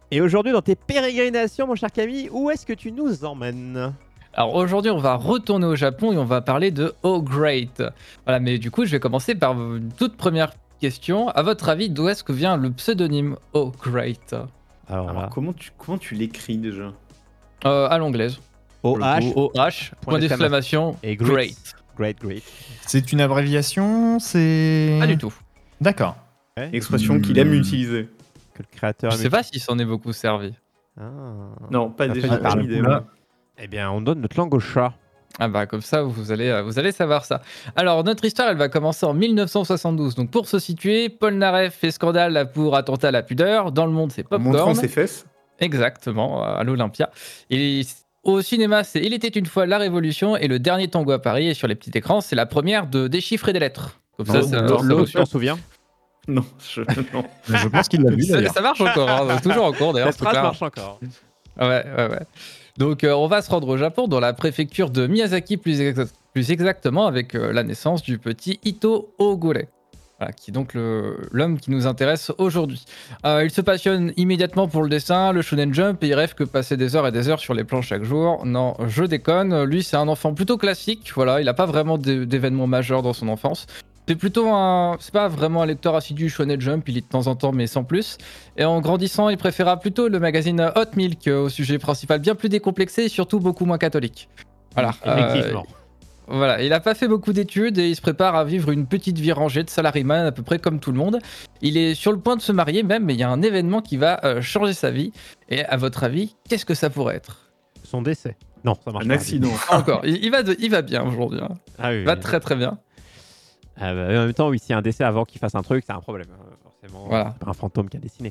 Et aujourd'hui, dans tes pérégrinations, mon cher Camille, où est-ce que tu nous emmènes? Alors aujourd'hui, on va retourner au Japon et on va parler de Oh Great. Voilà, mais du coup, je vais commencer par une toute première question. À votre avis, d'où est-ce que vient le pseudonyme Oh Great? Alors Alors, là, comment tu l'écris déjà? À l'anglaise. Pour le OH coup, OH, point d'exclamation, et Great. Great. C'est une abréviation, c'est... Pas du tout. D'accord. Ouais, Expression qu'il aime utiliser. que le créateur... Je sais pas s'il s'en est beaucoup servi. Ah. Non, pas Ça déjà, fait j'ai pas parler. l'idée. Là. moi. Eh bien, on donne notre langue au chat. Ah bah comme ça, vous allez savoir ça. Alors, notre histoire, elle va commencer en 1972. Donc pour se situer, Paul Naref fait scandale pour attentat à la pudeur. Dans le monde, c'est En montrant Popcorn. ses fesses. Exactement, à l'Olympia. Et au cinéma, c'est Il était une fois la Révolution et Le Dernier Tango à Paris. Et sur les petits écrans, c'est la première de Déchiffrer des lettres. Comme ça, Oh, c'est l'autre, L'autre, tu promotion. t'en souviens? Non, non. Mais je pense qu'il l'a vu Ça, d'ailleurs. ça marche encore, hein, toujours en cours d'ailleurs. Cette ce phrase truc-là. marche encore. Ouais. Donc on va se rendre au Japon, dans la préfecture de Miyazaki plus exactement, avec la naissance du petit Ito Ogure. Voilà, qui est donc l'homme qui nous intéresse aujourd'hui. Il se passionne immédiatement pour le dessin, le Shonen Jump, et il rêve que passer des heures et des heures sur les planches chaque jour. Non, je déconne. Lui, c'est un enfant plutôt classique. Voilà, il n'a pas vraiment d'événements majeurs dans son enfance. C'est pas vraiment un lecteur assidu Shonen Jump, il lit de temps en temps, mais sans plus. Et en grandissant, il préféra plutôt le magazine Hot Milk au sujet principal bien plus décomplexé et surtout beaucoup moins catholique. Voilà. Effectivement. Voilà, il n'a pas fait beaucoup d'études et il se prépare à vivre une petite vie rangée de salariman à peu près comme tout le monde. Il est sur le point de se marier même, mais il y a un événement qui va changer sa vie. Et à votre avis, qu'est-ce que ça pourrait être? Son décès. Non, ça marche Un pas. accident. Encore, il va bien aujourd'hui. Hein. Ah oui, Il va oui. très très bien. Ah bah, en même temps, oui, s'il y a un décès avant qu'il fasse un truc, c'est un problème. Forcément, Voilà. c'est pas un fantôme qui a dessiné.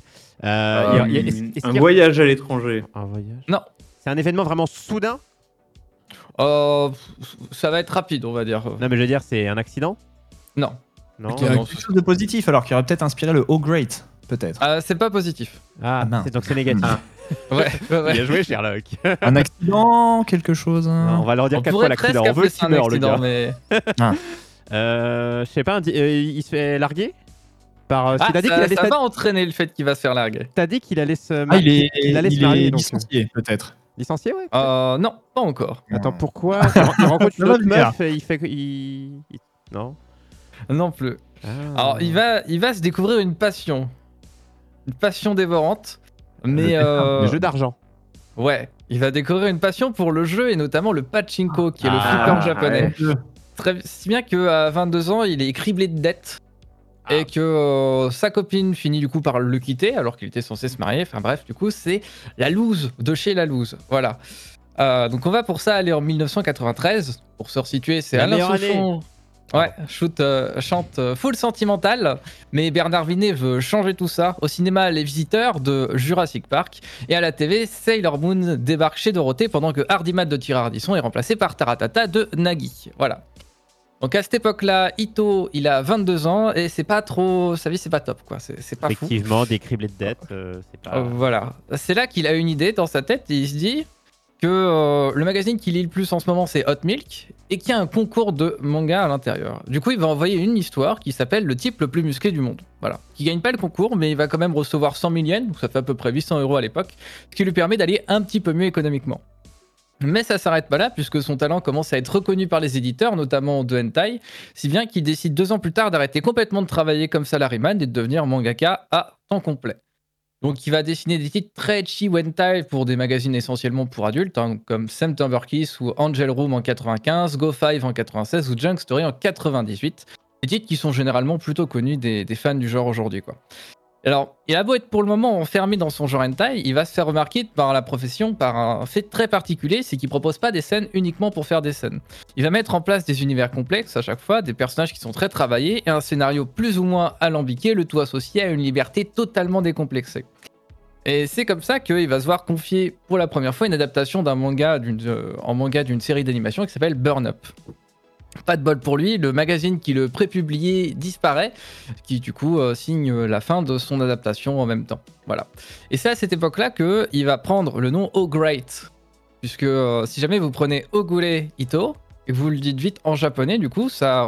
Un voyage à l'étranger. Un voyage. Non. C'est un événement vraiment soudain. Ça va être rapide, on va dire. Non, mais je veux dire, c'est un accident. Non. Non. Il y a non, quelque chose de positif alors qui aurait peut-être inspiré le Oh Great, peut-être. C'est pas positif. Ah, Ah, mince. donc c'est négatif. Ah. Ouais. Bien joué, Sherlock. Un accident, quelque chose. Non, on va leur dire On 4 fois pourrait l'accident. presque On veut appeler qu'il ça un meure, le accident, gars. mais... Je sais pas, il se fait larguer par. T'as dit qu'il allait, ça va entraîner le fait qu'il va se faire larguer. t'as dit qu'il allait se Ah, marier. il allait est se marier, donc. licencié, peut-être. Licencié, ouais. Non, pas encore. Attends, pourquoi il rencontre une Ça va autre bien. meuf et il fait. Non. Non plus. Ah. Alors, il va se découvrir une passion. Une passion dévorante. Mais... Les jeux d'argent. Ouais, il va découvrir une passion pour le jeu et notamment le pachinko, qui est le Ah, flipper japonais. ouais. Si bien qu'à 22 ans, il est criblé de dettes. Et que sa copine finit du coup par le quitter alors qu'il était censé se marier. Enfin bref, du coup, c'est la loose de chez la loose. Voilà. Donc on va pour ça aller en 1993. Pour se resituer, c'est La Alain meilleure Souchon. Ouais, chante full sentimental, mais Bernard Vinet veut changer tout ça. Au cinéma, Les Visiteurs de Jurassic Park, et à la TV, Sailor Moon débarque chez Dorothée pendant que Hardimat de Thierry Ardisson est remplacé par Taratata de Nagui. Voilà. Donc à cette époque-là, Ito, il a 22 ans et c'est pas trop, sa vie c'est pas top quoi, c'est pas fou. Effectivement, des criblés de dettes, c'est pas. Voilà, c'est là qu'il a une idée dans sa tête et il se dit que le magazine qu'il lit le plus en ce moment c'est Hot Milk et qu'il y a un concours de manga à l'intérieur. Du coup, il va envoyer une histoire qui s'appelle Le type le plus musclé du monde. Voilà, qui gagne pas le concours mais il va quand même recevoir 100 000 yens, donc ça fait à peu près 800 € à l'époque, ce qui lui permet d'aller un petit peu mieux économiquement. Mais ça s'arrête pas là, puisque son talent commence à être reconnu par les éditeurs, notamment de hentai, si bien qu'il décide 2 ans plus tard d'arrêter complètement de travailler comme salariman et de devenir mangaka à temps complet. Donc il va dessiner des titres très ecchi hentai pour des magazines essentiellement pour adultes, hein, comme September Kiss ou Angel Room en 95, Go5 en 96 ou Junk Story en 98. Des titres qui sont généralement plutôt connus des fans du genre aujourd'hui, quoi. Alors, il a beau être pour le moment enfermé dans son genre hentai, il va se faire remarquer par la profession par un fait très particulier, c'est qu'il propose pas des scènes uniquement pour faire des scènes. Il va mettre en place des univers complexes à chaque fois, des personnages qui sont très travaillés et un scénario plus ou moins alambiqué, le tout associé à une liberté totalement décomplexée. Et c'est comme ça qu'il va se voir confier pour la première fois une adaptation d'un manga en manga d'une série d'animation qui s'appelle Burn Up. Pas de bol pour lui, le magazine qui le prépubliait disparaît, qui du coup signe la fin de son adaptation en même temps. Voilà. Et c'est à cette époque-là qu'il va prendre le nom Oh Great, puisque si jamais vous prenez Ogure Ito, et que vous le dites vite en japonais, du coup, ça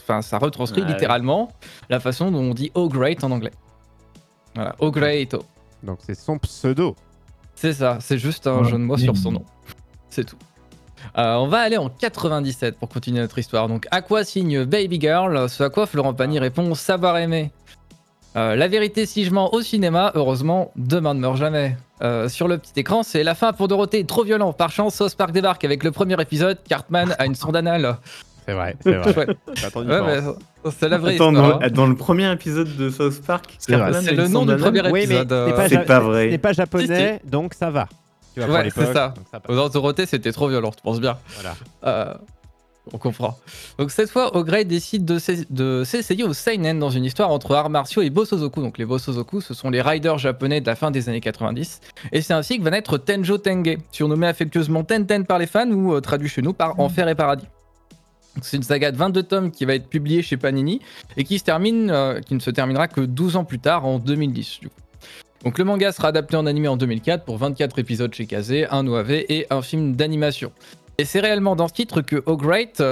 retranscrit Ouais. littéralement la façon dont on dit Oh Great en anglais. Voilà, Ogure Ito. Donc c'est son pseudo. C'est ça, c'est juste un jeu de mots sur son nom. C'est tout. On va aller en 97 pour continuer notre histoire. Donc, à quoi signe Baby Girl? Ce à quoi Florent Pagny répond savoir aimer. La vérité, si je mens au cinéma, heureusement, demain ne meurt jamais. Sur le petit écran, c'est la fin pour Dorothée, trop violent. Par chance, South Park débarque avec le premier épisode. Cartman a une sonde anale. C'est vrai, c'est vrai. Ouais. J'ai attendu Ouais, fort. mais c'est la vraie Attends, histoire. dans le premier épisode de South Park, C'est vrai. Cartman C'est a le une nom du sonde premier anale. Oui, mais épisode. C'est pas vrai. Ce n'est pas japonais, donc ça va. Tu vois, pour Ouais, l'époque, c'est ça. donc ça passe. Dans Dorothée, c'était trop violent, tu penses bien. Voilà. On comprend. Donc cette fois, Ogray décide de s'essayer au seinen dans une histoire entre arts martiaux et Bosozoku. Donc les Bosozoku, ce sont les riders japonais de la fin des années 90. Et c'est ainsi que va naître Tenjo Tenge, surnommé affectueusement Tenten par les fans ou traduit chez nous par Enfer et Paradis. Donc, c'est une saga de 22 tomes qui va être publiée chez Panini et qui ne se terminera que 12 ans plus tard, en 2010 du coup. Donc le manga sera adapté en animé en 2004 pour 24 épisodes chez Kazé, un OAV et un film d'animation. Et c'est réellement dans ce titre que O'Great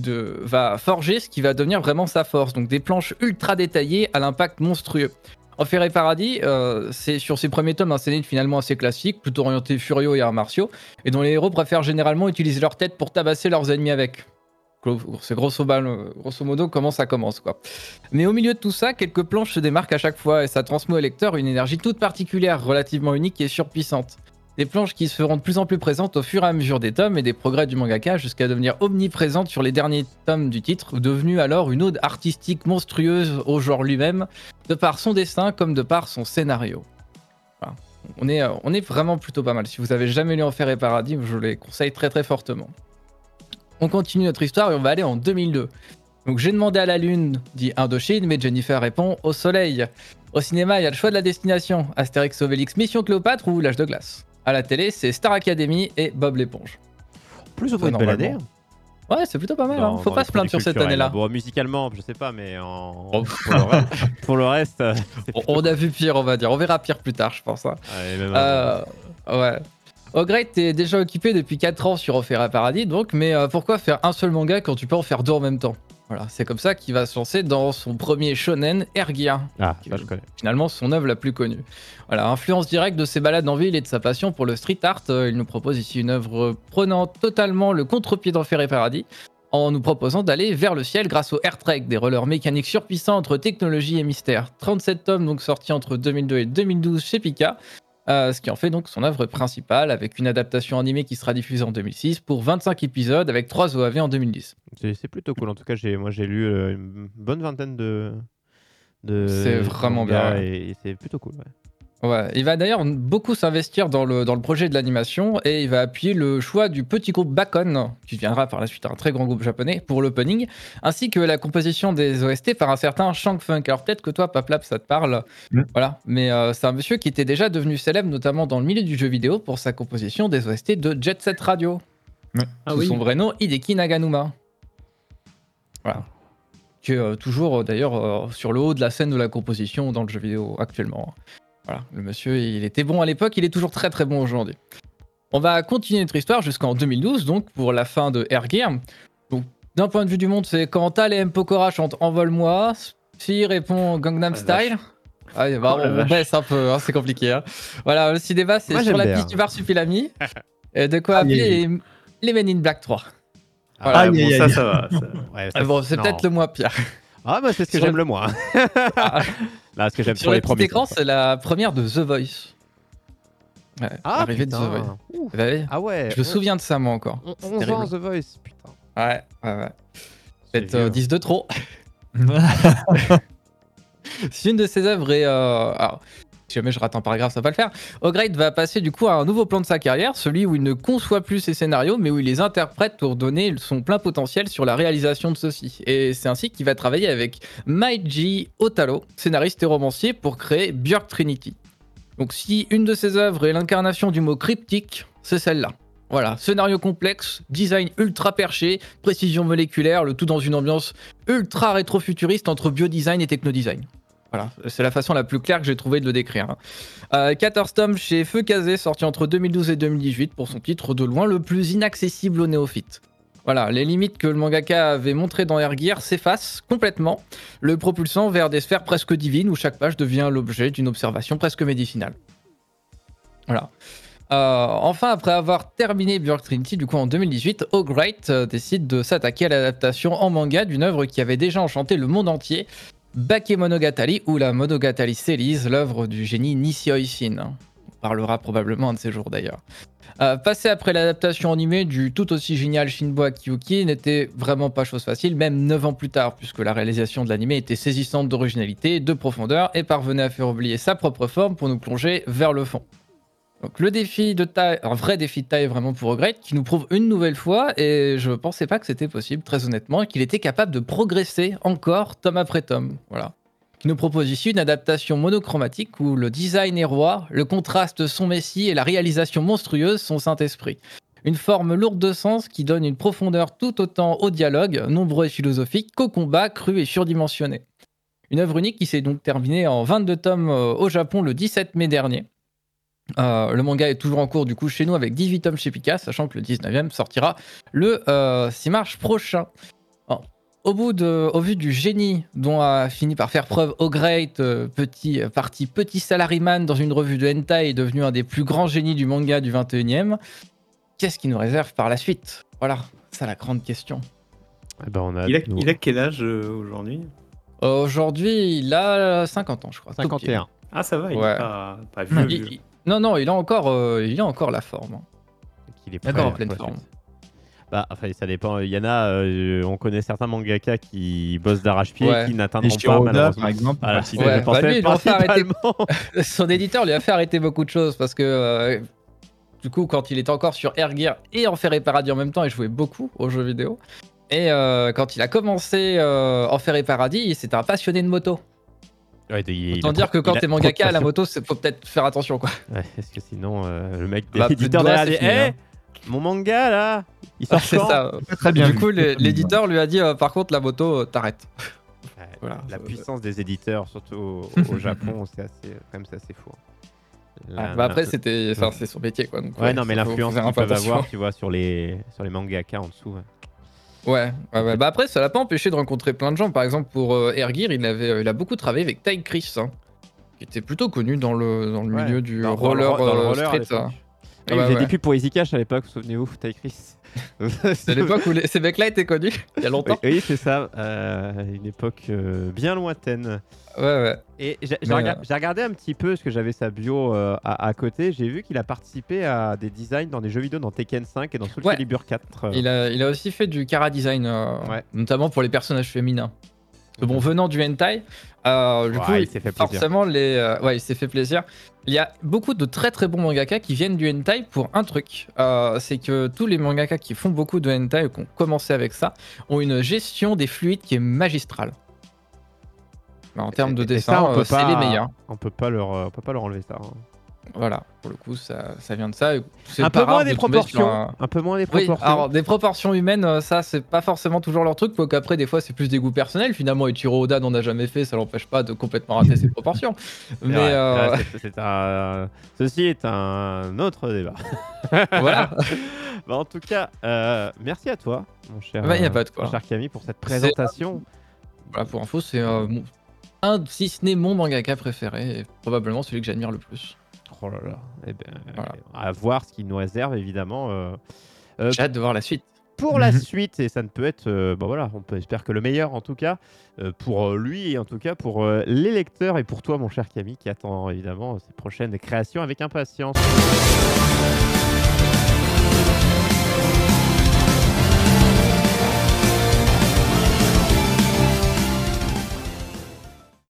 va forger ce qui va devenir vraiment sa force, donc des planches ultra détaillées à l'impact monstrueux. Enfer et Paradis, c'est sur ses premiers tomes un seinen finalement assez classique, plutôt orienté furio et arts martiaux, et dont les héros préfèrent généralement utiliser leur tête pour tabasser leurs ennemis avec. C'est grosso modo comment ça commence, quoi. Mais au milieu de tout ça, quelques planches se démarquent à chaque fois et ça transmet au lecteur une énergie toute particulière, relativement unique et surpuissante. Des planches qui se feront de plus en plus présentes au fur et à mesure des tomes et des progrès du mangaka jusqu'à devenir omniprésentes sur les derniers tomes du titre, devenue alors une ode artistique monstrueuse au genre lui-même, de par son dessin comme de par son scénario. Voilà. On est vraiment plutôt pas mal. Si vous avez jamais lu Enfer et Paradis, je les conseille très très fortement. On continue notre histoire et on va aller en 2002. Donc j'ai demandé à la lune, dit Indochine, mais Jennifer répond au soleil. Au cinéma, il y a le choix de la destination, Astérix Obélix Mission Cléopâtre ou L'âge de glace. À la télé, c'est Star Academy et Bob l'éponge. Plus au moins une belle année. Ouais, c'est plutôt pas mal, hein. Faut pas se plaindre sur cette année-là. Bon, musicalement, je sais pas, mais pour le reste... on a vu pire, on va dire. On verra pire plus tard, je pense. Hein. Ouais. O'Great est déjà occupé depuis 4 ans sur Enfer et Paradis, donc, mais pourquoi faire un seul manga quand tu peux en faire deux en même temps? Voilà, c'est comme ça qu'il va se lancer dans son premier shonen, Air Gear. Ah, ça je connais. Finalement, son œuvre la plus connue. Voilà, influence directe de ses balades en ville et de sa passion pour le street art, il nous propose ici une œuvre prenant totalement le contre-pied d'Enfer et Paradis, en nous proposant d'aller vers le ciel grâce au Air Trek, des rollers mécaniques surpuissants entre technologie et mystère. 37 tomes donc sortis entre 2002 et 2012 chez Pika. Ce qui en fait donc son œuvre principale, avec une adaptation animée qui sera diffusée en 2006 pour 25 épisodes avec 3 OAV en 2010. C'est plutôt cool. En tout cas, j'ai lu une bonne vingtaine de c'est vraiment bien. Et c'est plutôt cool. Ouais. Ouais, il va d'ailleurs beaucoup s'investir dans le projet de l'animation et il va appuyer le choix du petit groupe Bakon, qui deviendra par la suite un très grand groupe japonais, pour l'opening, ainsi que la composition des OST par un certain Shank Funk. Alors peut-être que toi, Paplap, ça te parle, voilà, mais c'est un monsieur qui était déjà devenu célèbre, notamment dans le milieu du jeu vidéo, pour sa composition des OST de Jet Set Radio. Sous son vrai nom, Hideki Naganuma. Voilà. Qui est toujours d'ailleurs sur le haut de la scène de la composition dans le jeu vidéo actuellement. Voilà, le monsieur, il était bon à l'époque, il est toujours très très bon aujourd'hui. On va continuer notre histoire jusqu'en 2012, donc pour la fin de Air Gear. Donc, d'un point de vue du monde, c'est quand Tal et M. Pokora chantent Envole-moi, Phi répond Gangnam Style. Ah, bah, on baisse un peu, hein, c'est compliqué. Hein. Voilà, le cinéma, c'est sur la piste du Marsupilami. De quoi appeler les Men in Black 3. Voilà, bon, ça va. Ouais, ça, bon, c'est peut-être le moins pire. Ah, bah, c'est ce que j'aime le moins. Là, ce que j'aime sur les premiers écrans, c'est la première de The Voice. Ouais, l'arrivée de The Voice. Ah ouais. Je me souviens de ça, moi, encore. 11 ans, The Voice, putain. Ouais. Peut-être 10 de trop. Si une de ses œuvres est... Alors, si jamais je rate un paragraphe, ça va pas le faire. O'Great va passer du coup à un nouveau plan de sa carrière, celui où il ne conçoit plus ses scénarios, mais où il les interprète pour donner son plein potentiel sur la réalisation de ceux-ci. Et c'est ainsi qu'il va travailler avec Maiji Otaro, scénariste et romancier, pour créer Björk Trinity. Donc si une de ses œuvres est l'incarnation du mot cryptique, c'est celle-là. Voilà, scénario complexe, design ultra perché, précision moléculaire, le tout dans une ambiance ultra rétro-futuriste entre biodesign et technodesign. Voilà, c'est la façon la plus claire que j'ai trouvé de le décrire. 14 tomes chez Feu Kazé, sorti entre 2012 et 2018 pour son titre de loin le plus inaccessible aux néophytes. Voilà, les limites que le mangaka avait montrées dans Air Gear s'effacent complètement, le propulsant vers des sphères presque divines où chaque page devient l'objet d'une observation presque médicinale. Voilà. Enfin, après avoir terminé Björk Trinity, du coup en 2018, O Great décide de s'attaquer à l'adaptation en manga d'une œuvre qui avait déjà enchanté le monde entier, Bakemonogatari ou la Monogatari Series, l'œuvre du génie Nishio Ishin. On parlera probablement un de ces jours d'ailleurs. Passer après l'adaptation animée du tout aussi génial Shinbo Akiyuki n'était vraiment pas chose facile, même 9 ans plus tard, puisque la réalisation de l'animé était saisissante d'originalité, de profondeur, et parvenait à faire oublier sa propre forme pour nous plonger vers le fond. Donc le défi de taille, un vrai défi de taille vraiment pour Regret, qui nous prouve une nouvelle fois, et je pensais pas que c'était possible, très honnêtement, qu'il était capable de progresser encore tome après tome. Voilà. Qui nous propose ici une adaptation monochromatique où le design est roi, le contraste son messie et la réalisation monstrueuse son Saint-Esprit. Une forme lourde de sens qui donne une profondeur tout autant au dialogue, nombreux et philosophique, qu'au combat cru et surdimensionné. Une œuvre unique qui s'est donc terminée en 22 tomes au Japon le 17 mai dernier. Le manga est toujours en cours du coup chez nous avec 18 tomes chez Pika, sachant que le 19e sortira le 6 mars prochain. Au vu du génie dont a fini par faire preuve O Great, petit salaryman dans une revue de hentai et devenu un des plus grands génies du manga du 21e, qu'est-ce qu'il nous réserve par la suite? Voilà, c'est la grande question. Eh ben, Il a quel âge aujourd'hui? Aujourd'hui, il a 50 ans, je crois. 51. Ah, ça va, il Ouais. est pas vieux. Non, il a encore la forme. Il est D'accord, en prêt pleine pour la forme. suite. Bah, enfin, ça dépend. Il y en a, on connaît certains mangaka qui bossent d'arrache-pied Ouais. qui Et n'atteindront pas Shiroda, malheureusement. par exemple. Voilà, participe. je pensais lui, ils l'ont fait arrêter. principalement. Son éditeur lui a fait arrêter beaucoup de choses parce que du coup, quand il était encore sur Air Gear et Enfer et Paradis en même temps, il jouait beaucoup aux jeux vidéo. Et quand il a commencé Enfer et Paradis, c'était un passionné de moto. Ouais, Autant dire que quand t'es mangaka, la moto, faut peut-être faire attention, quoi. Ouais, parce que sinon, le mec Bah, plus de l'éditeur doigts, derrière c'est dit fini, hein. mon manga là, il sort C'est quand ça. Pas très bien. Du vu. coup, l'éditeur lui a dit par contre, la moto, t'arrêtes. Ouais, Voilà. La puissance des éditeurs, surtout au Japon, c'est assez fou. Après, c'est son métier, quoi. Donc, Ouais, non, mais faut l'influence faire qu'ils un peu peuvent attention. avoir, tu vois, sur les mangaka en dessous. Ouais. Bah après, ça l'a pas empêché de rencontrer plein de gens. Par exemple, pour Air Gear, il a beaucoup travaillé avec Ty Chris, qui était plutôt connu dans le milieu du Dans le roller, dans le roller à street. l'époque. Ouais, Il faisait ouais. des pubs pour Easy Cash à l'époque, souvenez-vous, Ty Chris. C'est l'époque où ces mecs-là étaient connus, il y a longtemps. Oui, c'est ça, une époque bien lointaine. Ouais. Et j'ai Mais, regardé un petit peu, parce que j'avais sa bio à côté, j'ai vu qu'il a participé à des designs dans des jeux vidéo, dans Tekken 5 et dans Soul Calibur 4. Il a aussi fait du Kara Design, notamment pour les personnages féminins. Bon, venant du hentai, du coup, il s'est fait plaisir. forcément, il s'est fait plaisir. Il y a beaucoup de très très bons mangaka qui viennent du hentai pour un truc. C'est que tous les mangaka qui font beaucoup de hentai ou qui ont commencé avec ça ont une gestion des fluides qui est magistrale. En termes de Et dessin, ça, on peut c'est pas- les meilleurs. On peut pas leur enlever ça. Voilà, pour le coup, ça vient de ça. C'est Un pas peu rare moins de des tomber sur proportions. Un peu moins des Oui, proportions. alors des proportions humaines, ça c'est pas forcément toujours leur truc, quoique après des fois c'est plus des goûts personnels. Finalement, Ichiro Oda n'en a jamais fait, ça l'empêche pas de complètement rater ses proportions. C'est Mais vrai. Ceci est un autre débat. voilà, Bah, en tout cas, merci à toi, mon cher, Bah, y a pas de quoi. mon cher Camille, pour cette présentation. Voilà, pour info, c'est si ce n'est mon mangaka préféré, et probablement celui que j'admire le plus. Oh là là. Eh ben, Voilà. à voir ce qu'il nous réserve, évidemment. J'ai hâte de voir la suite. Pour la suite, et ça ne peut être, voilà, on peut espérer que le meilleur en tout cas, pour lui et en tout cas pour les lecteurs et pour toi, mon cher Camille, qui attend évidemment ses prochaines créations avec impatience.